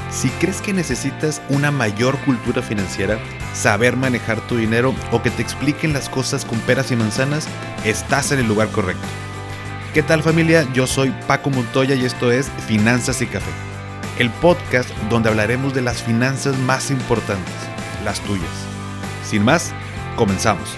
Si crees que necesitas una mayor cultura financiera, saber manejar tu dinero o que te expliquen las cosas con peras y manzanas, estás en el lugar correcto. ¿Qué tal, familia? Yo soy Paco Montoya y esto es Finanzas y Café, el podcast donde hablaremos de las finanzas más importantes, las tuyas. Sin más, comenzamos.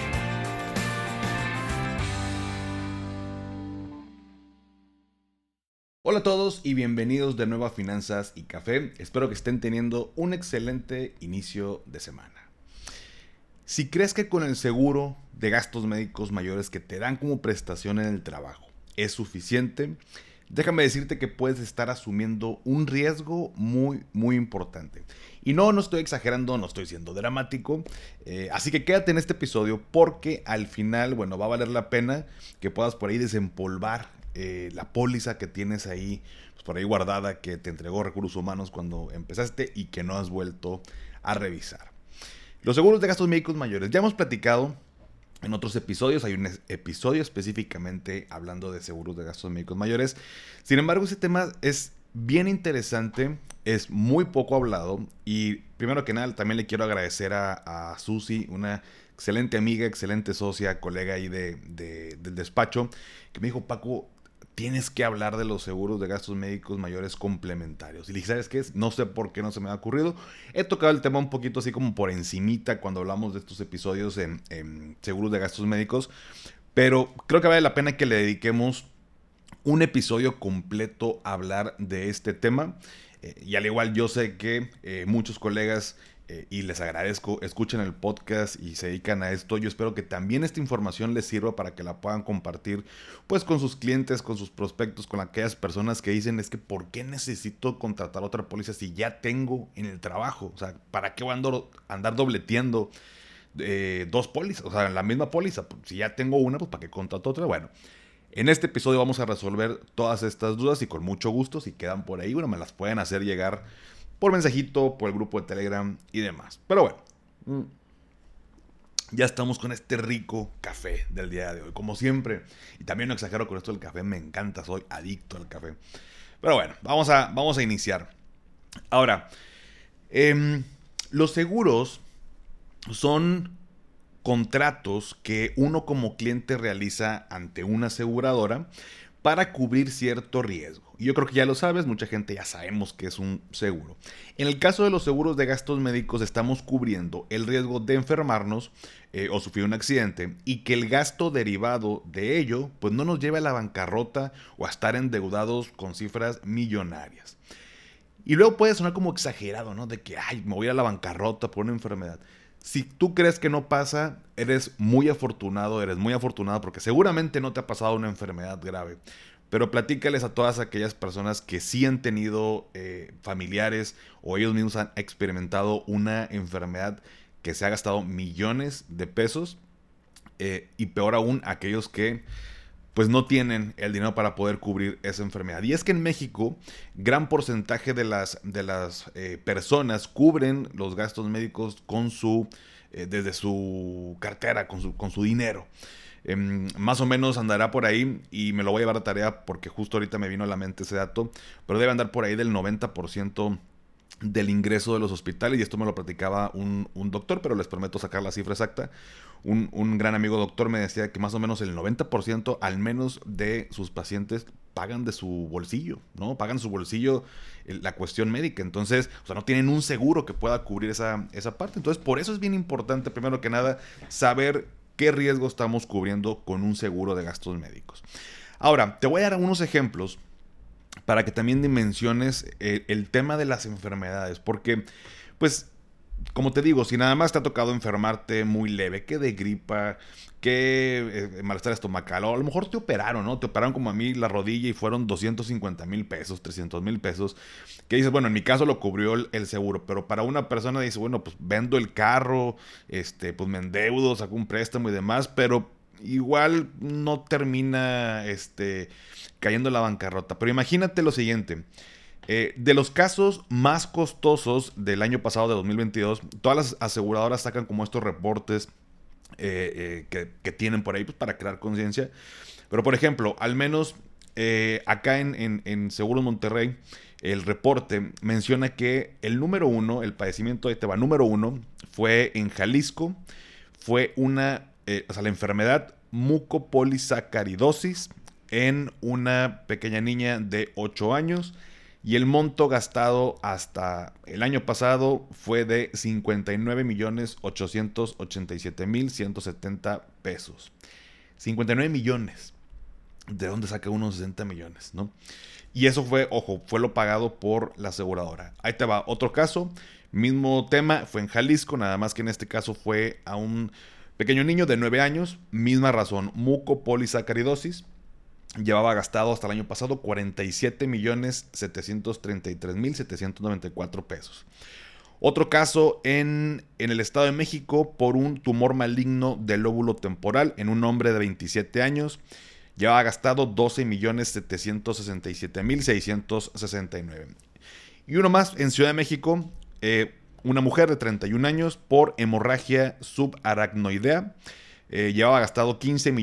Hola a todos y bienvenidos de nuevo a Finanzas y Café. Espero que estén teniendo un excelente inicio de semana. Si crees que con el seguro de gastos médicos mayores que te dan como prestación en el trabajo es suficiente, déjame decirte que puedes estar asumiendo un riesgo muy importante. Y no estoy exagerando, no estoy siendo dramático, así que quédate en este episodio porque al final, va a valer la pena que puedas por ahí desempolvar la póliza que tienes ahí, pues por ahí guardada, que te entregó Recursos Humanos cuando empezaste y que no has vuelto a revisar. Los seguros de gastos médicos mayores. Ya hemos platicado en otros episodios, hay un episodio específicamente hablando de seguros de gastos médicos mayores. Sin embargo, ese tema es bien interesante, es muy poco hablado y primero que nada también le quiero agradecer a Susi, una excelente amiga, excelente socia, colega ahí del despacho, que me dijo: Paco, tienes que hablar de los seguros de gastos médicos mayores complementarios. Y le dije: ¿sabes qué es? No sé por qué no se me ha ocurrido. He tocado el tema un poquito así como por encimita cuando hablamos de estos episodios en seguros de gastos médicos, pero creo que vale la pena que le dediquemos un episodio completo a hablar de este tema. Y al igual yo sé que muchos colegas, y les agradezco, escuchan el podcast y se dedican a esto. Yo espero que también esta información les sirva para que la puedan compartir pues con sus clientes, con sus prospectos, con aquellas personas que dicen: es que ¿por qué necesito contratar otra póliza si ya tengo en el trabajo? O sea, ¿para qué voy a andar dobleteando dos pólizas? O sea, la misma póliza. Si ya tengo una, pues ¿para qué contrato otra? Bueno, en este episodio vamos a resolver todas estas dudas y con mucho gusto, si quedan por ahí, me las pueden hacer llegar por mensajito, por el grupo de Telegram y demás. Pero bueno, ya estamos con este rico café del día de hoy, como siempre. Y también no exagero con esto del café, me encanta, soy adicto al café. Pero bueno, vamos a iniciar. Ahora, los seguros son contratos que uno como cliente realiza ante una aseguradora para cubrir cierto riesgo. Y yo creo que ya lo sabes, mucha gente ya sabemos que es un seguro. En el caso de los seguros de gastos médicos estamos cubriendo el riesgo de enfermarnos o sufrir un accidente y que el gasto derivado de ello pues no nos lleve a la bancarrota o a estar endeudados con cifras millonarias. Y luego puede sonar como exagerado, ¿no? De que, me voy a la bancarrota por una enfermedad. Si tú crees que no pasa, eres muy afortunado, porque seguramente no te ha pasado una enfermedad grave. Pero platícales a todas aquellas personas que sí han tenido familiares o ellos mismos han experimentado una enfermedad que se ha gastado millones de pesos. Y peor aún, aquellos que pues no tienen el dinero para poder cubrir esa enfermedad. Y es que en México, gran porcentaje de las personas cubren los gastos médicos con desde su cartera, con su dinero. Más o menos andará por ahí, y me lo voy a llevar a tarea porque justo ahorita me vino a la mente ese dato, pero debe andar por ahí del 90% del ingreso de los hospitales, y esto me lo platicaba un doctor, pero les prometo sacar la cifra exacta. Un gran amigo doctor me decía que más o menos el 90% al menos de sus pacientes pagan de su bolsillo, ¿no? Pagan su bolsillo la cuestión médica. Entonces, o sea, no tienen un seguro que pueda cubrir esa parte. Entonces, por eso es bien importante, primero que nada, saber qué riesgo estamos cubriendo con un seguro de gastos médicos. Ahora, te voy a dar algunos ejemplos para que también dimensiones el tema de las enfermedades, porque, pues, como te digo, si nada más te ha tocado enfermarte muy leve, que de gripa, que malestar estomacal, o a lo mejor te operaron, ¿no? Te operaron como a mí la rodilla y fueron 250,000 pesos, 300,000 pesos, que dices, bueno, en mi caso lo cubrió el seguro, pero para una persona dice, bueno, pues vendo el carro, pues me endeudo, saco un préstamo y demás, pero igual no termina cayendo en la bancarrota. Pero imagínate lo siguiente. De los casos más costosos del año pasado, de 2022, todas las aseguradoras sacan como estos reportes que tienen por ahí, pues, para crear conciencia. Pero, por ejemplo, al menos acá en Seguros Monterrey, el reporte menciona que el número uno, el padecimiento de Teba número uno, fue en Jalisco, fue la enfermedad mucopolisacaridosis en una pequeña niña de 8 años y el monto gastado hasta el año pasado fue de 59,887,170 pesos. 59 millones. ¿De dónde saca unos 60 millones, no? Y eso fue, ojo, fue lo pagado por la aseguradora. Ahí te va otro caso, mismo tema, fue en Jalisco, nada más que en este caso fue a un pequeño niño de 9 años, misma razón, mucopolisacaridosis. Llevaba gastado hasta el año pasado 47,733,794 pesos. Otro caso en el Estado de México por un tumor maligno del lóbulo temporal en un hombre de 27 años. Llevaba gastado 12,767,669. Y uno más en Ciudad de México, una mujer de 31 años por hemorragia subaracnoidea. Llevaba gastado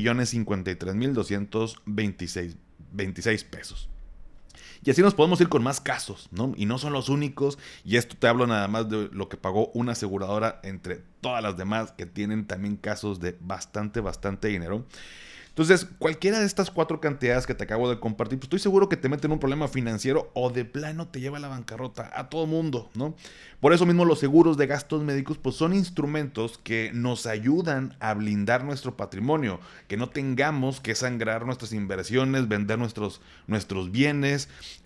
15,053,226 pesos. Y así nos podemos ir con más casos, ¿no? Y no son los únicos. Y esto te hablo nada más de lo que pagó una aseguradora entre todas las demás que tienen también casos de bastante dinero. Entonces, cualquiera de estas 4 cantidades que te acabo de compartir, pues estoy seguro que te meten en un problema financiero o de plano te lleva a la bancarrota a todo mundo, ¿no? Por eso mismo los seguros de gastos médicos pues son instrumentos que nos ayudan a blindar nuestro patrimonio, que no tengamos que sangrar nuestras inversiones, vender nuestros bienes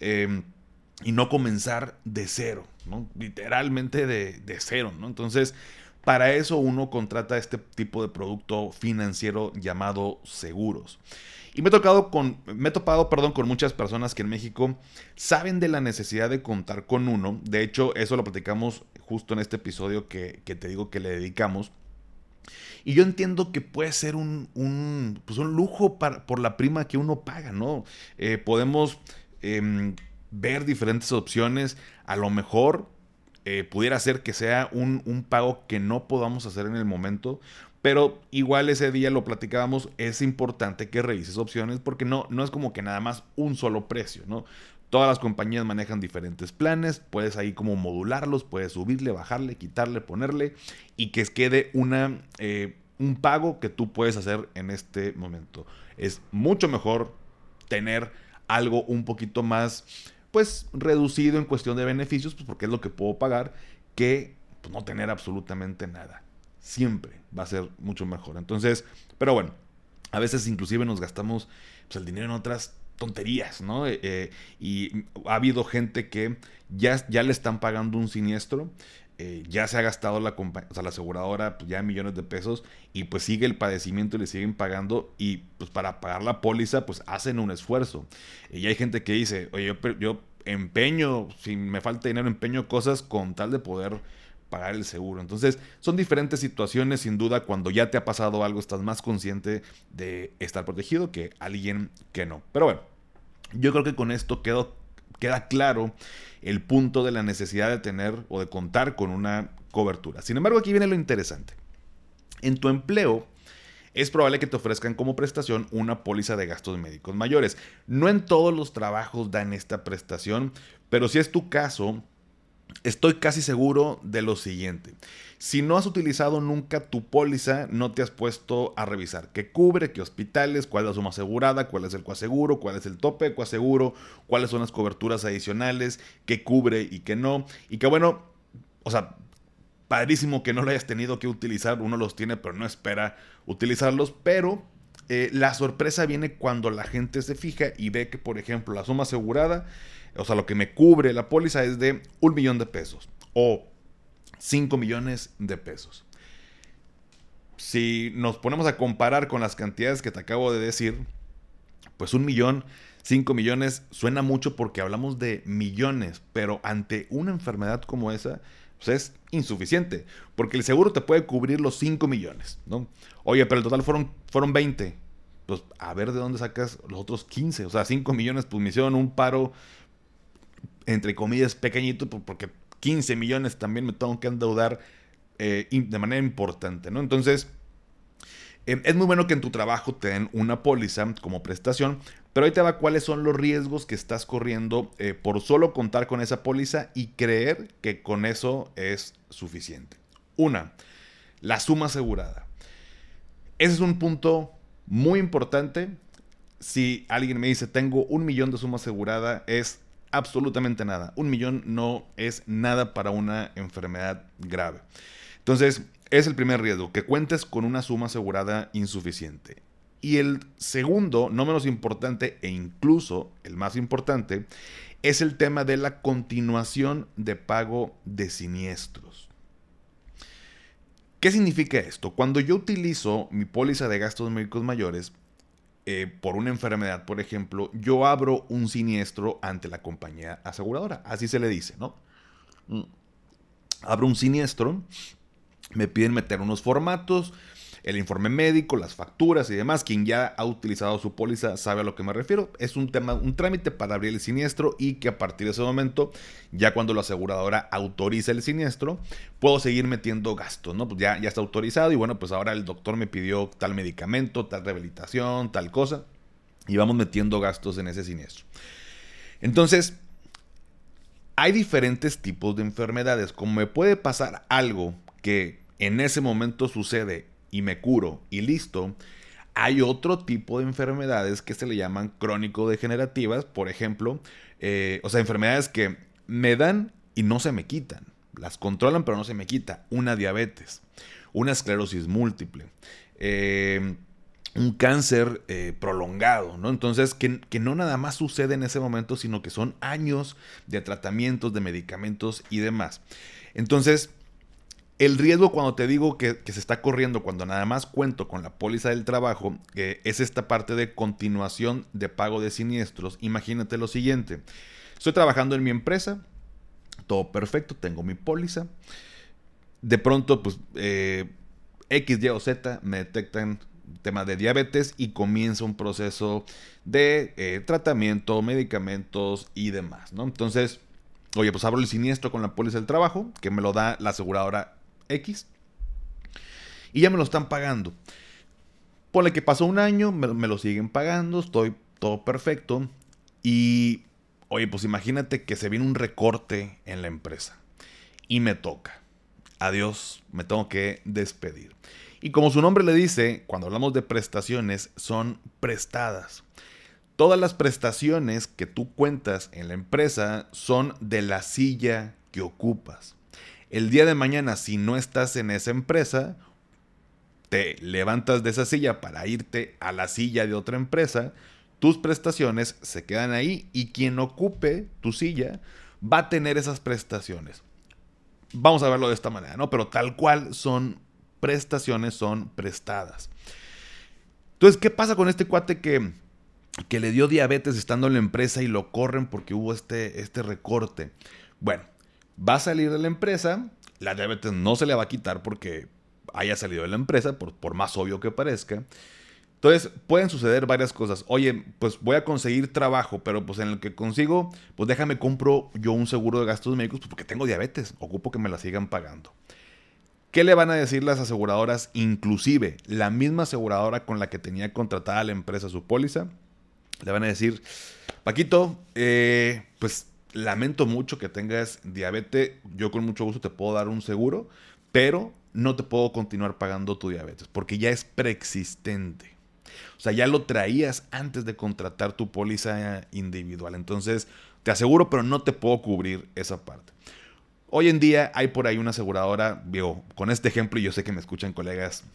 y no comenzar de cero, ¿no? Literalmente de cero, ¿no? Entonces, para eso uno contrata este tipo de producto financiero llamado seguros. Y me he topado con muchas personas que en México saben de la necesidad de contar con uno. De hecho, eso lo platicamos justo en este episodio que te digo que le dedicamos. Y yo entiendo que puede ser un lujo por la prima que uno paga, ¿no? Podemos ver diferentes opciones. A lo mejor pudiera ser que sea un pago que no podamos hacer en el momento, pero igual ese día lo platicábamos, es importante que revises opciones porque no es como que nada más un solo precio, ¿no? Todas las compañías manejan diferentes planes, puedes ahí como modularlos, puedes subirle, bajarle, quitarle, ponerle y que quede un pago que tú puedes hacer en este momento. Es mucho mejor tener algo un poquito más pues reducido en cuestión de beneficios, pues porque es lo que puedo pagar, que pues, no tener absolutamente nada. Siempre va a ser mucho mejor. Entonces, pero bueno, a veces inclusive nos gastamos pues, el dinero en otras tonterías, ¿no? Y ha habido gente que ya le están pagando un siniestro, ya se ha gastado la aseguradora pues, ya millones de pesos y pues sigue el padecimiento y le siguen pagando y pues para pagar la póliza pues hacen un esfuerzo. Y hay gente que dice, oye, yo empeño, si me falta dinero, empeño cosas con tal de poder pagar el seguro. Entonces, son diferentes situaciones, sin duda, cuando ya te ha pasado algo, estás más consciente de estar protegido que alguien que no. Pero bueno, yo creo que con esto queda claro el punto de la necesidad de tener o de contar con una cobertura. Sin embargo, aquí viene lo interesante. En tu empleo, es probable que te ofrezcan como prestación una póliza de gastos médicos mayores. No en todos los trabajos dan esta prestación, pero si es tu caso, estoy casi seguro de lo siguiente. Si no has utilizado nunca tu póliza, no te has puesto a revisar qué cubre, qué hospitales, cuál es la suma asegurada, cuál es el coaseguro, cuál es el tope de coaseguro, cuáles son las coberturas adicionales, qué cubre y qué no. Y que bueno, o sea, padrísimo que no lo hayas tenido que utilizar, uno los tiene pero no espera utilizarlos, pero la sorpresa viene cuando la gente se fija y ve que, por ejemplo, la suma asegurada, o sea, lo que me cubre la póliza es de 1,000,000 de pesos o 5 millones de pesos. Si nos ponemos a comparar con las cantidades que te acabo de decir, pues 1,000,000, 5 millones suena mucho porque hablamos de millones, pero ante una enfermedad como esa, pues es insuficiente, porque el seguro te puede cubrir los 5 millones, ¿no? Oye, pero el total fueron 20. Pues a ver de dónde sacas los otros 15. O sea, 5 millones, pues me hicieron un paro, entre comillas, pequeñito, porque 15 millones también me tengo que endeudar de manera importante, ¿no? Entonces, es muy bueno que en tu trabajo te den una póliza como prestación, Pero ahí te va cuáles son los riesgos que estás corriendo por solo contar con esa póliza y creer que con eso es suficiente. Una, la suma asegurada. Ese es un punto muy importante. Si alguien me dice tengo 1 millón de suma asegurada, es absolutamente nada. 1 millón no es nada para una enfermedad grave. Entonces, es el primer riesgo, que cuentes con una suma asegurada insuficiente. Y el segundo, no menos importante e incluso el más importante, es el tema de la continuación de pago de siniestros. ¿Qué significa esto? Cuando yo utilizo mi póliza de gastos médicos mayores, por una enfermedad, por ejemplo, yo abro un siniestro ante la compañía aseguradora. Así se le dice, ¿no? Abro un siniestro, me piden meter unos formatos, el informe médico, las facturas y demás. Quien ya ha utilizado su póliza sabe a lo que me refiero. Es un trámite para abrir el siniestro y que a partir de ese momento, ya cuando la aseguradora autoriza el siniestro, puedo seguir metiendo gastos, ¿no? Pues ya está autorizado y bueno, pues ahora el doctor me pidió tal medicamento, tal rehabilitación, tal cosa y vamos metiendo gastos en ese siniestro. Entonces, hay diferentes tipos de enfermedades. Como me puede pasar algo que en ese momento sucede y me curo y listo, hay otro tipo de enfermedades que se le llaman crónico-degenerativas, por ejemplo, enfermedades que me dan y no se me quitan. Las controlan pero no se me quita. Una diabetes, una esclerosis múltiple, un cáncer prolongado, ¿no? Entonces, que no nada más sucede en ese momento, sino que son años de tratamientos, de medicamentos y demás. Entonces, el riesgo cuando te digo que se está corriendo cuando nada más cuento con la póliza del trabajo, es esta parte de continuación de pago de siniestros. Imagínate lo siguiente. Estoy trabajando en mi empresa, todo perfecto, tengo mi póliza. De pronto, pues, X, Y o Z me detectan tema de diabetes y comienza un proceso de tratamiento, medicamentos y demás, ¿no? Entonces, oye, pues abro el siniestro con la póliza del trabajo, que me lo da la aseguradora X, y ya me lo están pagando. Ponle que pasó un año, me lo siguen pagando, estoy todo perfecto, y oye, pues imagínate que se viene un recorte en la empresa, y me toca. Adiós, me tengo que despedir. Y como su nombre le dice, cuando hablamos de prestaciones, son prestadas. Todas las prestaciones que tú cuentas en la empresa son de la silla que ocupas. El día de mañana, si no estás en esa empresa, te levantas de esa silla para irte a la silla de otra empresa, tus prestaciones se quedan ahí y quien ocupe tu silla va a tener esas prestaciones. Vamos a verlo de esta manera, ¿no? Pero tal cual son prestaciones, son prestadas. Entonces, ¿qué pasa con este cuate que le dio diabetes estando en la empresa y lo corren porque hubo este recorte? Bueno, va a salir de la empresa, la diabetes no se le va a quitar porque haya salido de la empresa, por más obvio que parezca. Entonces, pueden suceder varias cosas. Oye, pues voy a conseguir trabajo, pero pues en el que consigo, pues déjame compro yo un seguro de gastos médicos pues porque tengo diabetes, ocupo que me la sigan pagando. ¿Qué le van a decir las aseguradoras? Inclusive, la misma aseguradora con la que tenía contratada la empresa su póliza, le van a decir, Paquito, pues lamento mucho que tengas diabetes, yo con mucho gusto te puedo dar un seguro, pero no te puedo continuar pagando tu diabetes, porque ya es preexistente. O sea, ya lo traías antes de contratar tu póliza individual. Entonces, te aseguro, pero no te puedo cubrir esa parte. Hoy en día hay por ahí una aseguradora, digo, con este ejemplo, y yo sé que me escuchan colegas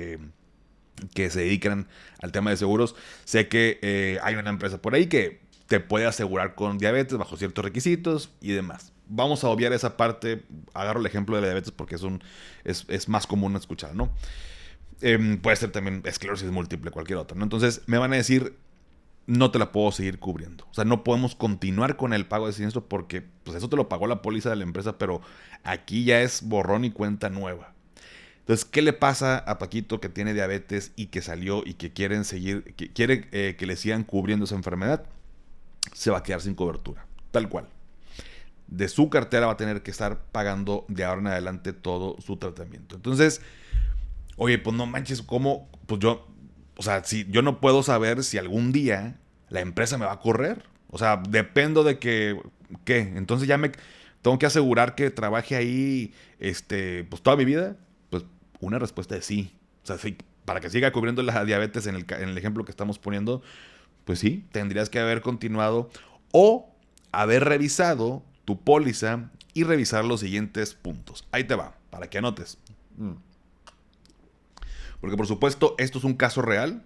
que se dedican al tema de seguros, sé que hay una empresa por ahí que te puede asegurar con diabetes bajo ciertos requisitos y demás. Vamos a obviar esa parte, agarro el ejemplo de la diabetes porque es más común escuchar, ¿no? Puede ser también esclerosis múltiple, cualquier otra, ¿no? Entonces me van a decir, no te la puedo seguir cubriendo. O sea, no podemos continuar con el pago de siniestro porque pues eso te lo pagó la póliza de la empresa, pero aquí ya es borrón y cuenta nueva. Entonces, ¿qué le pasa a Paquito que tiene diabetes y que salió y que quieren seguir, que quiere que le sigan cubriendo esa enfermedad? Se va a quedar sin cobertura, tal cual. De su cartera va a tener que estar pagando de ahora en adelante todo su tratamiento. Entonces, oye, pues no manches, ¿cómo? Pues yo, o sea, si yo no puedo saber si algún día la empresa me va a correr. O sea, dependo de ¿qué? Entonces ya me tengo que asegurar que trabaje ahí, pues toda mi vida. Pues una respuesta es sí. O sea, sí, para que siga cubriendo la diabetes en el ejemplo que estamos poniendo, pues sí, tendrías que haber continuado o haber revisado tu póliza y revisar los siguientes puntos. Ahí te va, para que anotes. Porque por supuesto, esto es un caso real.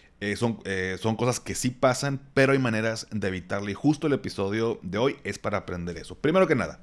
Son cosas que sí pasan, pero hay maneras de evitarlo. Y justo el episodio de hoy es para aprender eso. Primero que nada,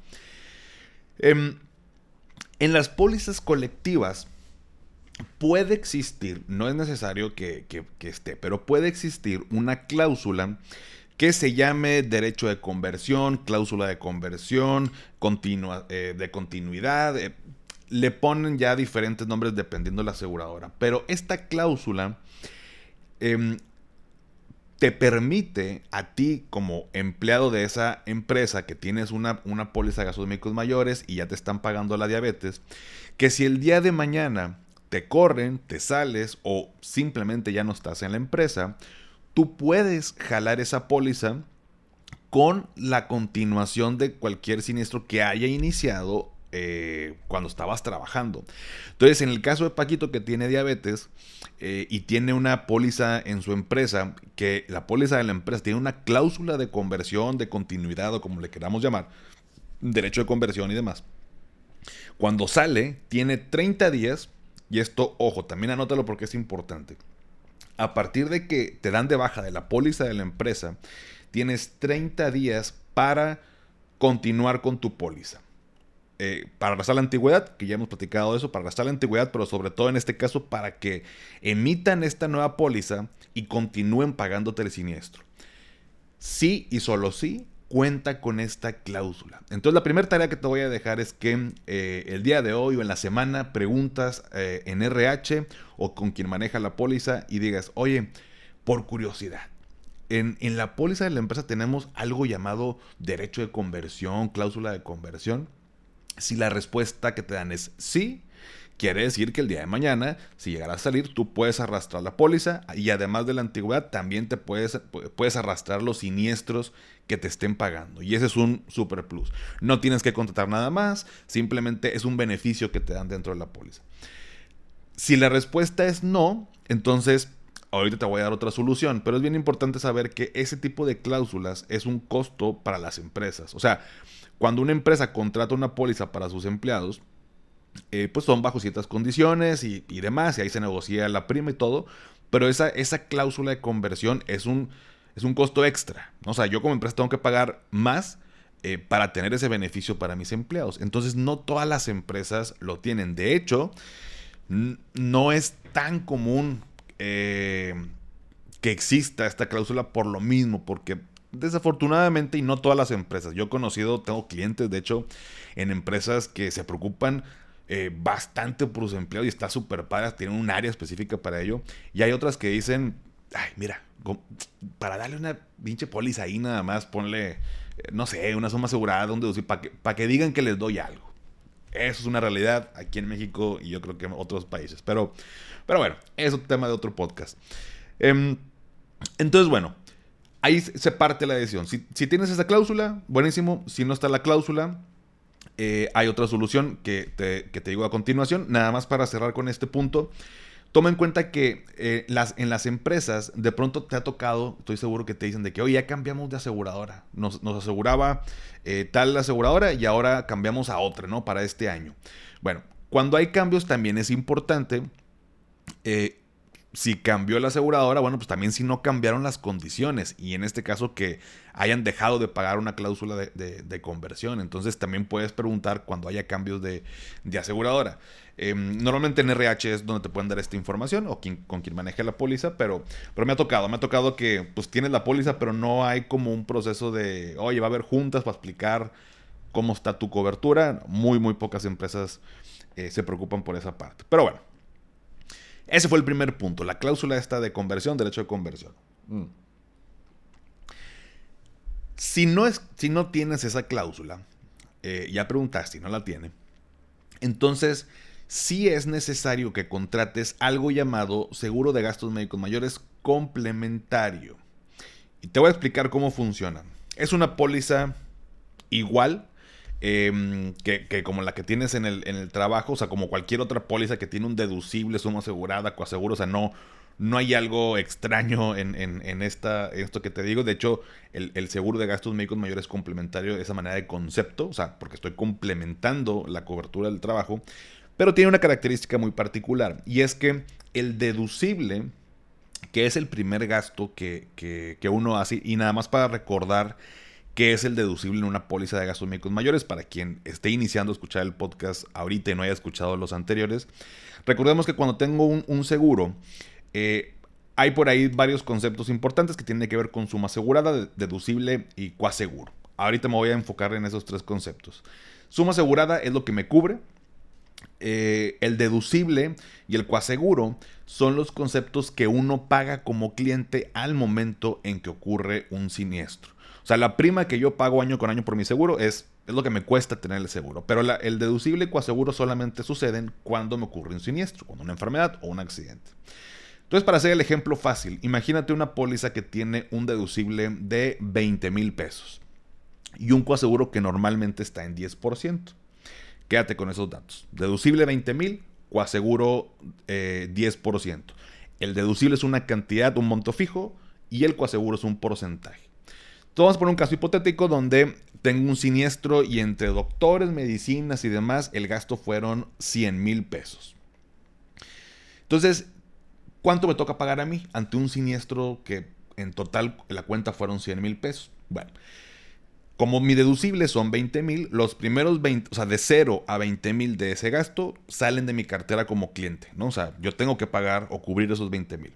em, en las pólizas colectivas puede existir, no es necesario que esté, pero puede existir una cláusula que se llame derecho de conversión, cláusula de conversión, de continuidad. Le ponen ya diferentes nombres dependiendo de la aseguradora. Pero esta cláusula eh, te permite a ti como empleado de esa empresa que tienes una póliza de gastos médicos mayores y ya te están pagando la diabetes, que si el día de mañana te corren, te sales o simplemente ya no estás en la empresa, tú puedes jalar esa póliza con la continuación de cualquier siniestro que haya iniciado cuando estabas trabajando. Entonces, en el caso de Paquito que tiene diabetes y tiene una póliza en su empresa, que la póliza de la empresa tiene una cláusula de conversión, de continuidad o como le queramos llamar, derecho de conversión y demás. Cuando sale, tiene 30 días, y esto, ojo, también anótalo porque es importante. A partir de que te dan de baja de la póliza de la empresa, tienes 30 días para continuar con tu póliza. Para arrastrar la antigüedad, que ya hemos platicado de eso, para arrastrar la antigüedad, pero sobre todo en este caso para que emitan esta nueva póliza y continúen pagándote el siniestro. Sí y solo sí cuenta con esta cláusula. Entonces la primera tarea que te voy a dejar es que el día de hoy o en la semana preguntas en RH o con quien maneja la póliza y digas, oye, por curiosidad, en la póliza de la empresa tenemos algo llamado derecho de conversión, cláusula de conversión. Si la respuesta que te dan es sí, quiere decir que el día de mañana, si llegara a salir, tú puedes arrastrar la póliza y además de la antigüedad, también te puedes arrastrar los siniestros que te estén pagando. Y ese es un super plus. No tienes que contratar nada más, simplemente es un beneficio que te dan dentro de la póliza. Si la respuesta es no, entonces ahorita te voy a dar otra solución, pero es bien importante saber que ese tipo de cláusulas es un costo para las empresas. O sea, cuando una empresa contrata una póliza para sus empleados, pues son bajo ciertas condiciones y demás, y ahí se negocia la prima y todo, pero esa cláusula de conversión es un costo extra, ¿no? O sea, yo como empresa tengo que pagar más para tener ese beneficio para mis empleados. Entonces, no todas las empresas lo tienen. De hecho, no es tan común que exista esta cláusula por lo mismo, porque desafortunadamente, y no todas las empresas, yo he conocido, tengo clientes, de hecho, en empresas que se preocupan bastante por sus empleados y está súper padre, tienen un área específica para ello, y hay otras que dicen, ay, mira, para darle una pinche póliza ahí nada más, ponle, no sé, una suma asegurada, un deducible, para que digan que les doy algo. Eso es una realidad aquí en México y yo creo que en otros países. Pero bueno, es un tema de otro podcast. Entonces, bueno, ahí se parte la decisión. Si tienes esa cláusula, buenísimo. Si no está la cláusula, hay otra solución que te digo a continuación. Nada más para cerrar con este punto. Toma en cuenta que en las empresas de pronto te ha tocado, estoy seguro que te dicen de que, oye, ya cambiamos de aseguradora. Nos aseguraba tal aseguradora y ahora cambiamos a otra, ¿no? Para este año. Bueno, cuando hay cambios también es importante si cambió la aseguradora, bueno, pues también si no cambiaron las condiciones y en este caso que hayan dejado de pagar una cláusula de conversión. Entonces también puedes preguntar cuando haya cambios de aseguradora. Normalmente en RH es donde te pueden dar esta información o con quien maneje la póliza, pero me ha tocado que pues tienes la póliza, pero no hay como un proceso de, oye, va a haber juntas para explicar cómo está tu cobertura. Muy pocas empresas se preocupan por esa parte. Pero bueno. Ese fue el primer punto, la cláusula esta de conversión, derecho de conversión. Si no tienes esa cláusula, ya preguntaste si no la tiene, entonces sí es necesario que contrates algo llamado seguro de gastos médicos mayores complementario. Y te voy a explicar cómo funciona. Es una póliza igual que como la que tienes en el trabajo, o sea, como cualquier otra póliza que tiene un deducible, suma asegurada, coaseguro, o sea, no hay algo extraño en esto que te digo. De hecho, el seguro de gastos médicos mayores es complementario de esa manera de concepto, o sea, porque estoy complementando la cobertura del trabajo, pero tiene una característica muy particular, y es que el deducible, que es el primer gasto que uno hace, y nada más para recordar qué es el deducible en una póliza de gastos médicos mayores, para quien esté iniciando a escuchar el podcast ahorita y no haya escuchado los anteriores. Recordemos que cuando tengo un seguro, eh, hay por ahí varios conceptos importantes que tienen que ver con suma asegurada, deducible y coaseguro. Ahorita me voy a enfocar en esos tres conceptos. Suma asegurada es lo que me cubre. El deducible y el coaseguro son los conceptos que uno paga como cliente al momento en que ocurre un siniestro. O sea, la prima que yo pago año con año por mi seguro es lo que me cuesta tener el seguro. Pero el deducible y coaseguro solamente suceden cuando me ocurre un siniestro, cuando una enfermedad o un accidente. Entonces, para hacer el ejemplo fácil, imagínate una póliza que tiene un deducible de 20,000 pesos y un coaseguro que normalmente está en 10%. Quédate con esos datos. Deducible 20,000, coaseguro 10%. El deducible es una cantidad, un monto fijo, y el coaseguro es un porcentaje. Entonces vamos a poner un caso hipotético donde tengo un siniestro y entre doctores, medicinas y demás, el gasto fueron 100,000 pesos. Entonces, ¿cuánto me toca pagar a mí ante un siniestro que en total la cuenta fueron 100,000 pesos? Bueno, como mi deducible son 20,000, los primeros 20, o sea, de 0 a 20,000 de ese gasto salen de mi cartera como cliente, ¿no? O sea, yo tengo que pagar o cubrir esos 20,000.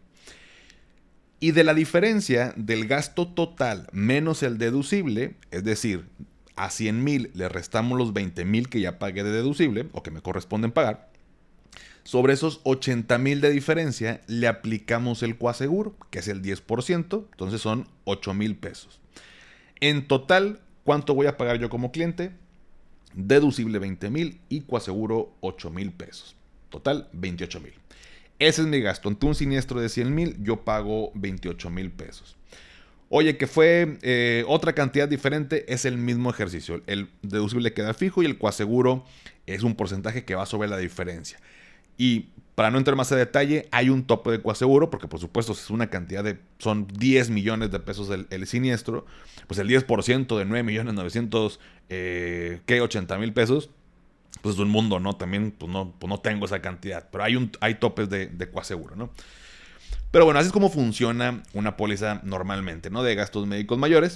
Y de la diferencia del gasto total menos el deducible, es decir, a 100,000 le restamos los 20,000 que ya pagué de deducible o que me corresponden pagar. Sobre esos 80,000 de diferencia le aplicamos el coaseguro, que es el 10%, entonces son 8,000 pesos. En total, ¿cuánto voy a pagar yo como cliente? Deducible 20,000 y coaseguro 8,000 pesos. Total, 28,000. Ese es mi gasto. Ante un siniestro de 100,000, yo pago 28,000 pesos. Oye, que fue otra cantidad diferente, es el mismo ejercicio. El deducible queda fijo y el coaseguro es un porcentaje que va sobre la diferencia. Y para no entrar más a detalle, hay un tope de coaseguro, porque por supuesto es una cantidad son 10 millones de pesos el siniestro, pues el 10% de 9,900,000, ¿qué? 80,000 pesos, pues es un mundo, ¿no? También pues no tengo esa cantidad, pero hay topes de coaseguro, ¿no? Pero bueno, así es como funciona una póliza normalmente, ¿no? De gastos médicos mayores.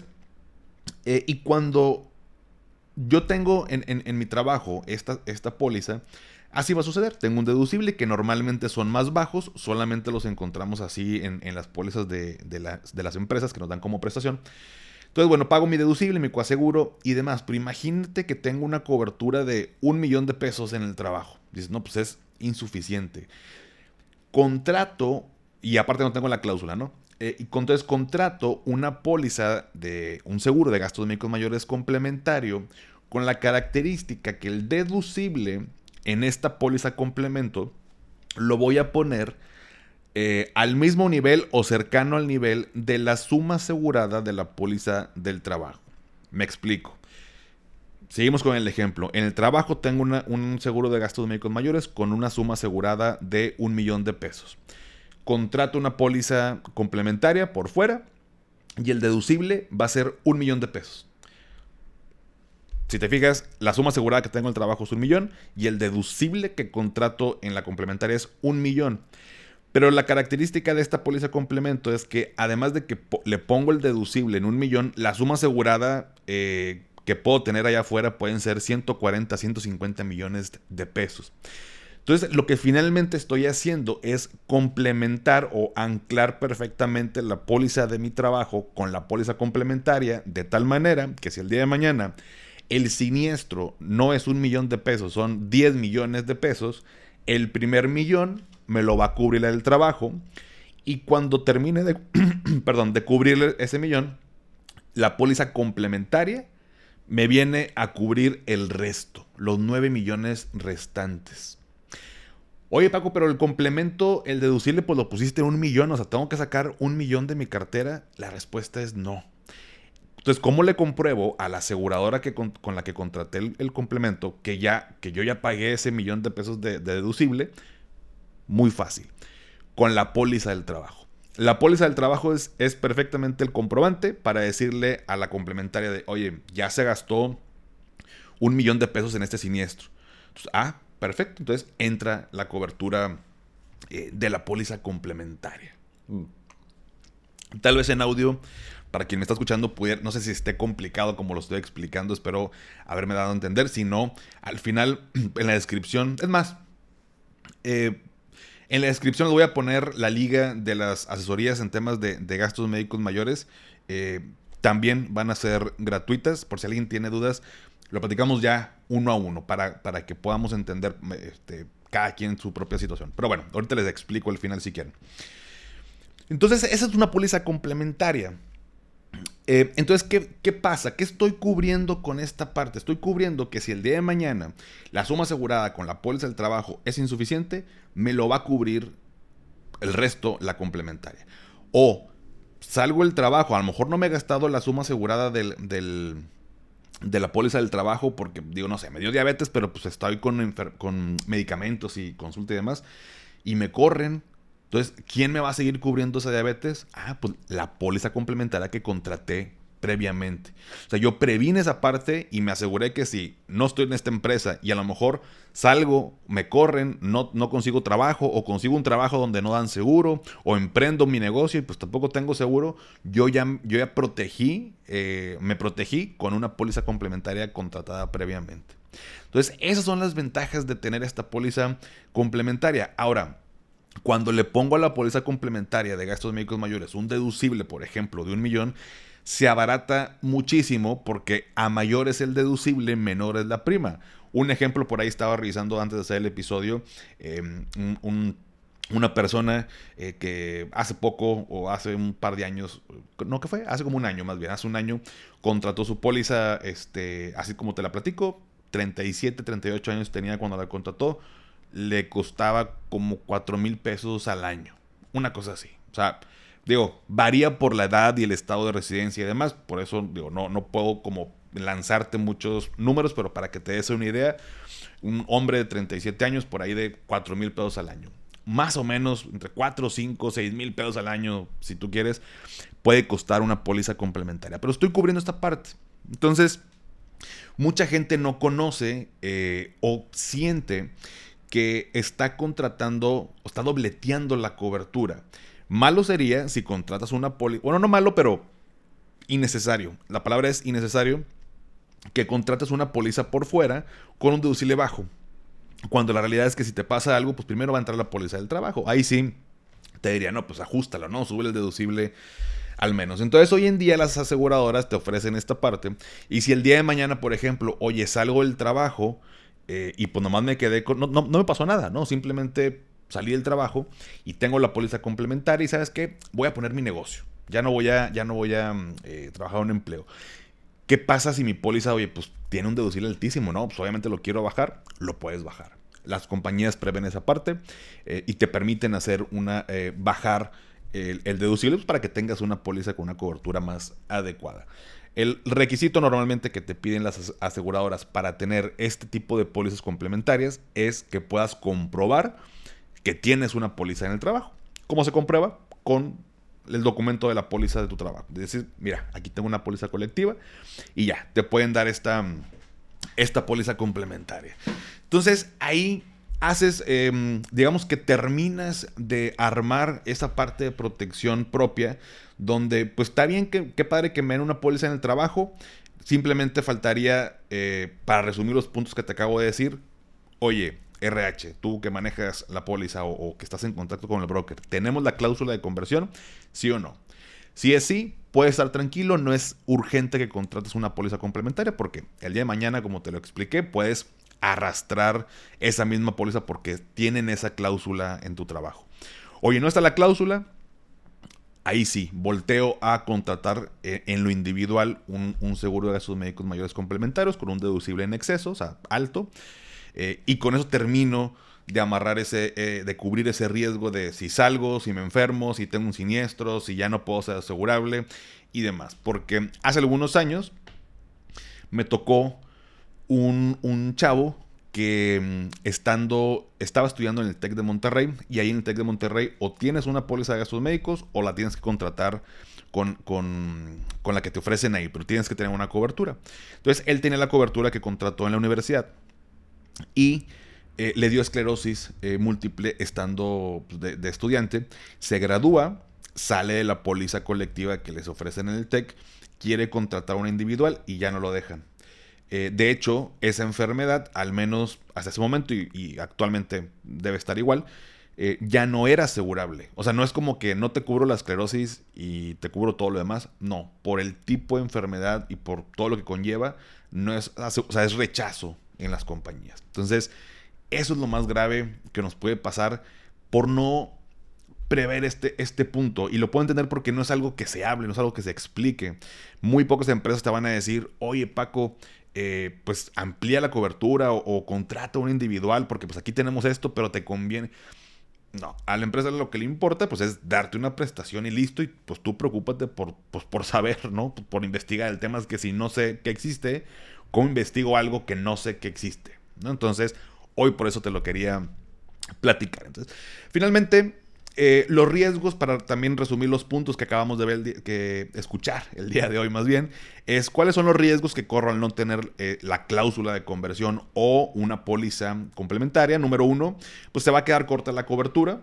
Y cuando yo tengo en mi trabajo esta póliza, así va a suceder. Tengo un deducible que normalmente son más bajos, solamente los encontramos así en las pólizas de las empresas que nos dan como prestación. Entonces, bueno, pago mi deducible, mi coaseguro y demás. Pero imagínate que tengo una cobertura de 1,000,000 de pesos en el trabajo. Dices, no, pues es insuficiente. Contrato, y aparte no tengo la cláusula, ¿no? Y entonces contrato una póliza de un seguro de gastos médicos mayores complementario con la característica que el deducible en esta póliza complemento lo voy a poner al mismo nivel o cercano al nivel de la suma asegurada de la póliza del trabajo. Me explico. Seguimos con el ejemplo. En el trabajo tengo un seguro de gastos médicos mayores con una suma asegurada de 1,000,000 de pesos. Contrato una póliza complementaria por fuera y el deducible va a ser 1,000,000 de pesos. Si te fijas, la suma asegurada que tengo en el trabajo es 1,000,000 y el deducible que contrato en la complementaria es 1,000,000. Pero la característica de esta póliza complemento es que además de que le pongo el deducible en 1,000,000, la suma asegurada que puedo tener allá afuera pueden ser 140, 150 millones de pesos. Entonces, lo que finalmente estoy haciendo es complementar o anclar perfectamente la póliza de mi trabajo con la póliza complementaria, de tal manera que si el día de mañana el siniestro no es 1,000,000 de pesos, son 10 millones de pesos, el primer millón me lo va a cubrir el trabajo y cuando termine de cubrir ese millón, la póliza complementaria me viene a cubrir el resto, los 9 millones restantes. Oye, Paco, pero el complemento, el deducible, pues lo pusiste en 1 millón. O sea, ¿tengo que sacar 1 millón de mi cartera? La respuesta es no. Entonces, ¿cómo le compruebo a la aseguradora con la que contraté el complemento que yo ya pagué ese 1 millón de pesos de deducible? Muy fácil. Con la póliza del trabajo. La póliza del trabajo es perfectamente el comprobante para decirle a la complementaria de, oye, ya se gastó 1 millón de pesos en este siniestro. Entonces, perfecto. Entonces entra la cobertura de la póliza complementaria. Tal vez en audio, para quien me está escuchando, no sé si esté complicado como lo estoy explicando, espero haberme dado a entender. Si no, al final, en la descripción, es más, en la descripción les voy a poner la liga de las asesorías en temas de gastos médicos mayores. También van a ser gratuitas, por si alguien tiene dudas. Lo platicamos ya uno a uno para que podamos entender cada quien su propia situación. Pero bueno, ahorita les explico al final si quieren. Entonces, esa es una póliza complementaria. Entonces, ¿qué pasa? ¿Qué estoy cubriendo con esta parte? Estoy cubriendo que si el día de mañana la suma asegurada con la póliza del trabajo es insuficiente, me lo va a cubrir el resto, la complementaria. O salgo del trabajo, a lo mejor no me he gastado la suma asegurada de la póliza del trabajo porque, digo, no sé, me dio diabetes, pero pues estoy con medicamentos y consulta y demás, y me corren. Entonces, ¿quién me va a seguir cubriendo esa diabetes? Pues la póliza complementaria que contraté previamente. O sea, yo previne esa parte y me aseguré que si no estoy en esta empresa y a lo mejor salgo, me corren, no consigo trabajo o consigo un trabajo donde no dan seguro o emprendo mi negocio y pues tampoco tengo seguro, yo ya protegí, me protegí con una póliza complementaria contratada previamente. Entonces, esas son las ventajas de tener esta póliza complementaria. Ahora, cuando le pongo a la póliza complementaria de gastos médicos mayores un deducible, por ejemplo, de 1 millón, se abarata muchísimo porque a mayor es el deducible, menor es la prima. Un ejemplo, por ahí estaba revisando antes de hacer el episodio, una persona que hace poco o hace un par de años, no, ¿qué fue? Hace como un año más bien, hace un año contrató su póliza, así como te la platico, 37, 38 años tenía cuando la contrató, le costaba como 4,000 pesos al año. Una cosa así. O sea, digo, varía por la edad y el estado de residencia y demás. Por eso, digo, no puedo como lanzarte muchos números, pero para que te des una idea, un hombre de 37 años, por ahí de 4,000 pesos al año. Más o menos, entre 4, 5, 6,000 pesos al año, si tú quieres, puede costar una póliza complementaria. Pero estoy cubriendo esta parte. Entonces, mucha gente no conoce o siente que está contratando o está dobleteando la cobertura. Malo sería si contratas una póliza, bueno, no malo, pero innecesario. La palabra es innecesario, que contrates una póliza por fuera con un deducible bajo. Cuando la realidad es que si te pasa algo, pues primero va a entrar la póliza del trabajo. Ahí sí te diría, no, pues ajustalo, ¿no? Sube el deducible al menos. Entonces hoy en día las aseguradoras te ofrecen esta parte. Y si el día de mañana, por ejemplo, oye, salgo del trabajo y pues nomás me quedé con... No me pasó nada, ¿no? Simplemente salí del trabajo y tengo la póliza complementaria y ¿sabes qué? Voy a poner mi negocio. Ya no voy a trabajar un empleo. ¿Qué pasa si mi póliza, oye, pues tiene un deducible altísimo, ¿no? Pues obviamente lo quiero bajar, lo puedes bajar. Las compañías prevén esa parte y te permiten hacer bajar el deducible pues, para que tengas una póliza con una cobertura más adecuada. El requisito normalmente que te piden las aseguradoras para tener este tipo de pólizas complementarias es que puedas comprobar que tienes una póliza en el trabajo. ¿Cómo se comprueba? Con el documento de la póliza de tu trabajo. Es decir, mira, aquí tengo una póliza colectiva y ya, te pueden dar esta póliza complementaria. Entonces, ahí haces, digamos que terminas de armar esa parte de protección propia, donde pues está bien, qué padre que me den una póliza en el trabajo, simplemente faltaría, para resumir los puntos que te acabo de decir, oye, RH, tú que manejas la póliza o que estás en contacto con el broker, ¿tenemos la cláusula de conversión? ¿Sí o no? Si es sí, puedes estar tranquilo, no es urgente que contrates una póliza complementaria porque el día de mañana, como te lo expliqué, puedes arrastrar esa misma póliza porque tienen esa cláusula en tu trabajo. Oye, ¿no está la cláusula? Ahí sí, volteo a contratar en lo individual un seguro de gastos médicos mayores complementarios con un deducible en exceso, o sea, alto. Y con eso termino de amarrar de cubrir ese riesgo de si salgo, si me enfermo, si tengo un siniestro, si ya no puedo ser asegurable y demás. Porque hace algunos años me tocó un chavo que estaba estudiando en el TEC de Monterrey, y ahí en el TEC de Monterrey o tienes una póliza de gastos médicos o la tienes que contratar con la que te ofrecen ahí, pero tienes que tener una cobertura. Entonces él tenía la cobertura que contrató en la universidad y le dio esclerosis múltiple estando pues, de estudiante. Se gradúa, sale de la póliza colectiva que les ofrecen en el TEC, quiere contratar una individual y ya no lo dejan. De hecho, esa enfermedad, al menos hasta ese momento y actualmente debe estar igual, ya no era asegurable. O sea, no es como que no te cubro la esclerosis y te cubro todo lo demás. No, por el tipo de enfermedad y por todo lo que conlleva, no es, o sea, es rechazo en las compañías. Entonces, eso es lo más grave que nos puede pasar por no prever este punto. Y lo puedo entender porque no es algo que se hable, no es algo que se explique. Muy pocas empresas te van a decir, oye Paco, pues amplía la cobertura o contrata un individual porque pues aquí tenemos esto, pero te conviene. No, a la empresa lo que le importa pues es darte una prestación y listo, y pues tú preocúpate por saber, ¿no? Por investigar. El tema es que si no sé que existe, ¿cómo investigo algo que no sé que existe? ¿No? Entonces, hoy por eso te lo quería platicar. Entonces, finalmente, los riesgos, para también resumir los puntos que acabamos de ver, que escuchar el día de hoy más bien, es cuáles son los riesgos que corro al no tener la cláusula de conversión o una póliza complementaria. Número 1, pues se va a quedar corta la cobertura.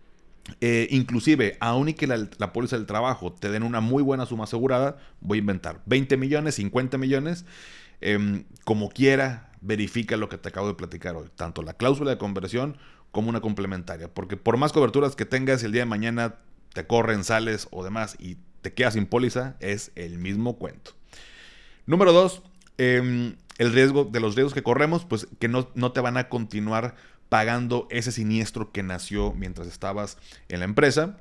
Inclusive, aun y que la póliza del trabajo te den una muy buena suma asegurada, voy a inventar 20 millones, 50 millones, como quiera, verifica lo que te acabo de platicar hoy, tanto la cláusula de conversión como una complementaria, porque por más coberturas que tengas, el día de mañana te corren, sales o demás y te quedas sin póliza, es el mismo cuento. Número 2, el riesgo de los riesgos que corremos, pues que no te van a continuar pagando ese siniestro que nació mientras estabas en la empresa.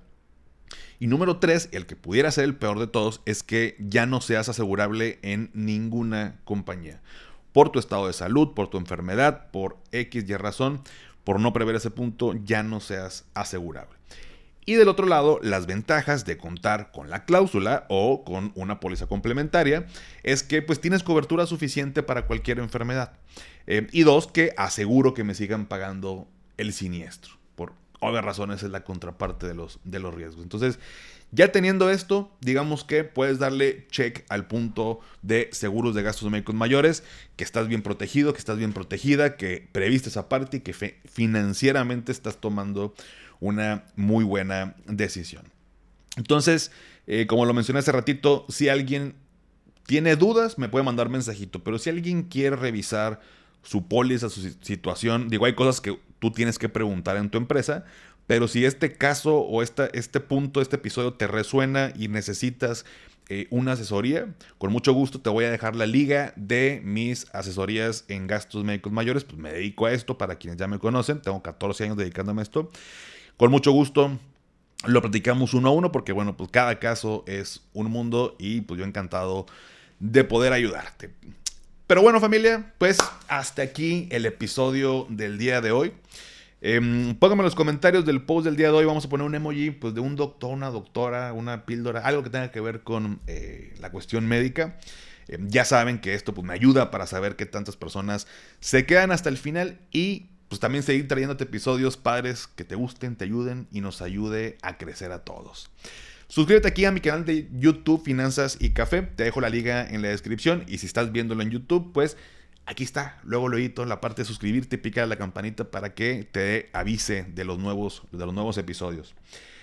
Y número 3, el que pudiera ser el peor de todos, es que ya no seas asegurable en ninguna compañía. Por tu estado de salud, por tu enfermedad, por X y razón, por no prever ese punto, ya no seas asegurable. Y del otro lado, las ventajas de contar con la cláusula o con una póliza complementaria es que pues tienes cobertura suficiente para cualquier enfermedad. Y 2, que aseguro que me sigan pagando el siniestro. Por obvias razones es la contraparte de los riesgos. Entonces, ya teniendo esto, digamos que puedes darle check al punto de seguros de gastos médicos mayores, que estás bien protegido, que estás bien protegida, que previste esa parte y que financieramente estás tomando una muy buena decisión. Entonces, como lo mencioné hace ratito, si alguien tiene dudas, me puede mandar mensajito, pero si alguien quiere revisar su póliza, su situación, digo, hay cosas que tú tienes que preguntar en tu empresa, pero si este caso o este punto, este episodio te resuena y necesitas una asesoría, con mucho gusto te voy a dejar la liga de mis asesorías en gastos médicos mayores. Pues me dedico a esto, para quienes ya me conocen, tengo 14 años dedicándome a esto. Con mucho gusto lo platicamos uno a uno porque, bueno, pues cada caso es un mundo y pues yo encantado de poder ayudarte. Pero bueno, familia, pues hasta aquí el episodio del día de hoy. Pónganme en los comentarios del post del día de hoy. Vamos a poner un emoji pues, de un doctor, una doctora, una píldora, algo que tenga que ver con la cuestión médica. Ya saben que esto pues, me ayuda para saber qué tantas personas se quedan hasta el final y pues también seguir trayéndote episodios padres que te gusten, te ayuden y nos ayude a crecer a todos. Suscríbete aquí a mi canal de YouTube Finanzas y Café. Te dejo la liga en la descripción y si estás viéndolo en YouTube, pues aquí está. Luego en la parte de suscribirte, pica la campanita para que te avise de los nuevos episodios.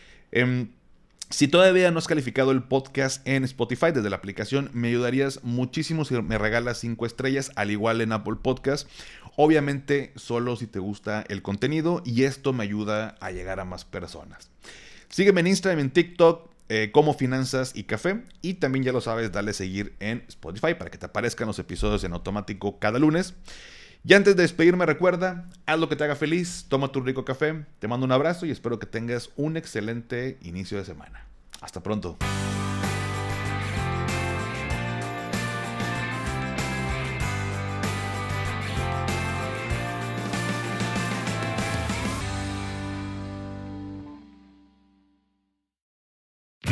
Si todavía no has calificado el podcast en Spotify desde la aplicación, me ayudarías muchísimo si me regalas 5 estrellas, al igual en Apple Podcast. Obviamente, solo si te gusta el contenido y esto me ayuda a llegar a más personas. Sígueme en Instagram, en TikTok, como Finanzas y Café. Y también ya lo sabes, dale seguir en Spotify para que te aparezcan los episodios en automático cada lunes. Y antes de despedirme, recuerda, haz lo que te haga feliz, toma tu rico café, te mando un abrazo y espero que tengas un excelente inicio de semana. Hasta pronto.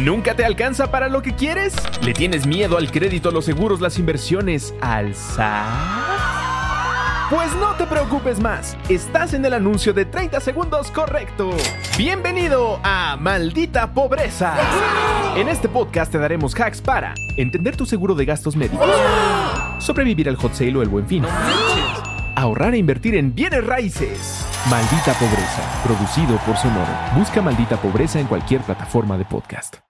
¿Nunca te alcanza para lo que quieres? ¿Le tienes miedo al crédito, a los seguros, las inversiones, al SAT? Pues no te preocupes más, estás en el anuncio de 30 segundos correcto. Bienvenido a Maldita Pobreza. En este podcast te daremos hacks para entender tu seguro de gastos médicos, sobrevivir al hot sale o el Buen Fin, ahorrar e invertir en bienes raíces. Maldita Pobreza, producido por Sonoro. Busca Maldita Pobreza en cualquier plataforma de podcast.